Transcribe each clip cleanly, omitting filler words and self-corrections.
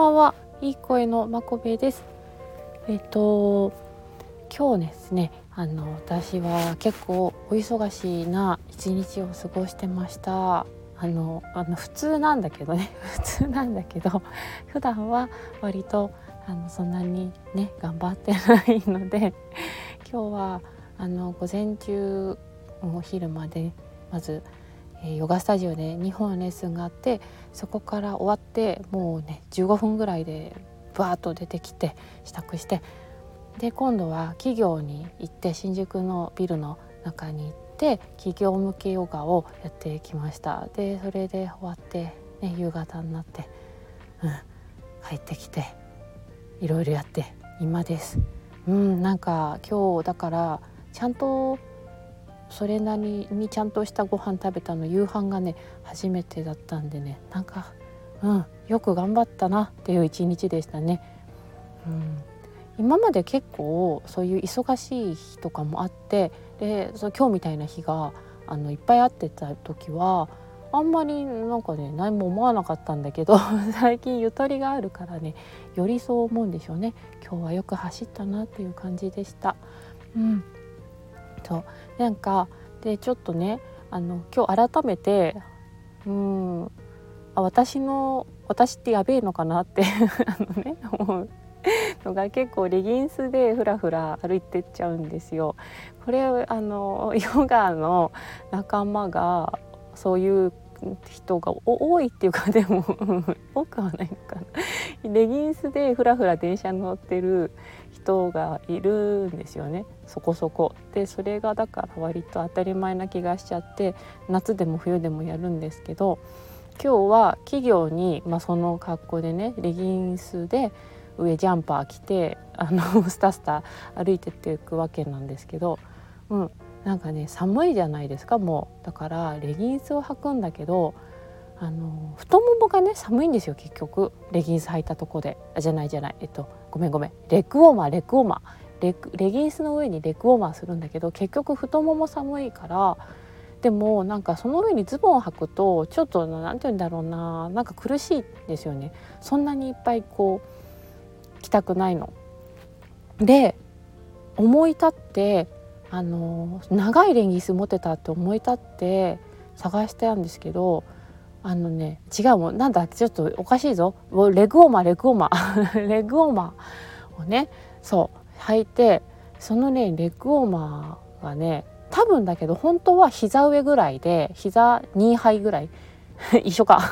ばんは。いい声のまこべです。今日ですね、私は結構お忙しいな一日を過ごしてました。普通なんだけどね普通なんだけど普段は割とそんなにね頑張ってないので、今日は午前中お昼までまず、ヨガスタジオで2本レッスンがあって、そこから終わってもうね15分ぐらいでバーッと出てきて支度して、で今度は企業に行って、新宿のビルの中に行って企業向けヨガをやってきました。でそれで終わって、ね、夕方になって、帰ってきていろいろやって今です。なんか今日だからちゃんとそれなりにちゃんとしたご飯食べたの、夕飯がね初めてだったんでね、なんかよく頑張ったなっていう一日でしたね。今まで結構そういう忙しい日とかもあって、で今日みたいな日がいっぱい会ってた時はあんまりなんかね何も思わなかったんだけど最近ゆとりがあるからね、よりそう思うんでしょうね。今日はよく走ったなっていう感じでした。そうなんかでちょっとね今日改めて私ってやべえのかなって思うのが、結構レギンスでふらふら歩いてっちゃうんですよ。これヨガの仲間がそういう人が多いっていうか、でも多くはないのかな。レギンスでふらふら電車に乗ってる人がいるんですよね、そこそこで。それがだから割と当たり前な気がしちゃって、夏でも冬でもやるんですけど、今日は企業に、その格好でねレギンスで上ジャンパー着てスタスタ歩いてっていくわけなんですけど、なんかね寒いじゃないですか。もうだからレギンスを履くんだけど太ももがね寒いんですよ結局。レギンス履いたとこでじゃないごめんレッグウォーマーレギンスの上にレッグウォーマーするんだけど、結局太もも寒いから。でもなんかその上にズボンを履くとちょっとなんて言うんだろうな、なんか苦しいですよね。そんなにいっぱいこう着たくないので、思い立って長いレギンス持ってたって思い立って探してたんですけど、違う、もうなんだちょっとおかしいぞ、レッグウォーマーレッグウォーマーレッグウォーマーをねそう履いて、そのねレッグウォーマーがね多分だけど本当は膝上ぐらいで、膝2杯ぐらい一緒か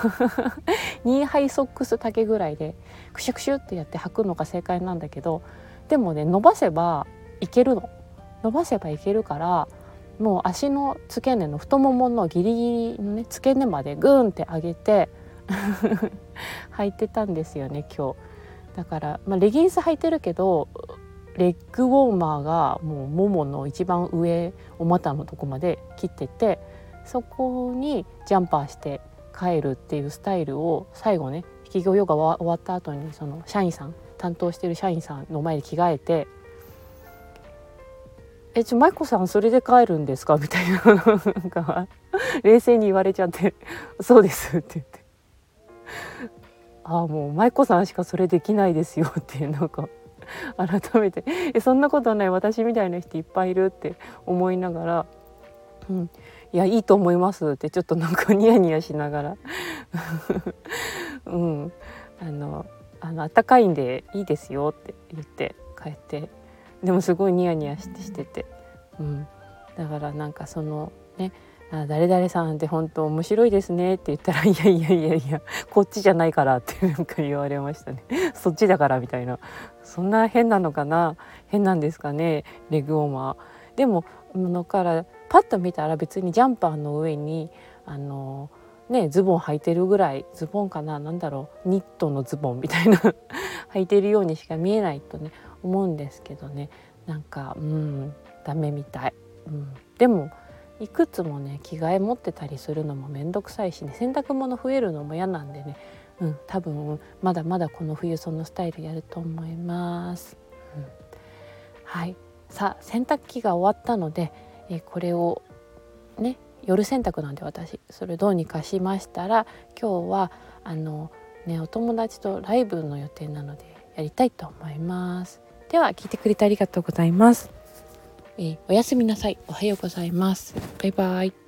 2杯ソックス丈ぐらいでクシュクシュってやって履くのが正解なんだけど、でもね伸ばせばいけるから、もう足の付け根の太もものギリギリのね付け根までグーンって上げて履いてたんですよね今日。だから、レギンス履いてるけどレッグウォーマーがもうももの一番上お股のとこまで切ってて、そこにジャンパーして帰るっていうスタイルを最後ね、企業ヨガ終わった後にその担当してる社員さんの前で着替えて、舞子さんそれで帰るんですかみたいななんか冷静に言われちゃってそうですって言って、もう舞子さんしかそれできないですよってなんか改めてそんなことない、私みたいな人いっぱいいるって思いながら、いやいいと思いますってちょっとなんかニヤニヤしながら暖かいんでいいですよって言って帰って、でもすごいニヤニヤしてて、だからなんかそのね、誰々さんって本当面白いですねって言ったら、いやこっちじゃないからってなんか言われましたねそっちだからみたいな。そんな変なのかな、変なんですかねレッグウォーマー。でもからパッと見たら別にジャンパーの上にズボン履いてるぐらい、ズボンかな、なんだろう、ニットのズボンみたいな履いてるようにしか見えないとね思うんですけどね、なんかダメみたい。でもいくつもね着替え持ってたりするのもめんどくさいしね、洗濯物増えるのも嫌なんでね、多分まだまだこの冬そのスタイルやると思います。はい、さあ洗濯機が終わったので、これをね夜洗濯なんで私それどうにかしましたら、今日はね、お友達とライブの予定なのでやりたいと思います。では聞いてくれてありがとうございます。おやすみなさい。おはようございます。バイバイ。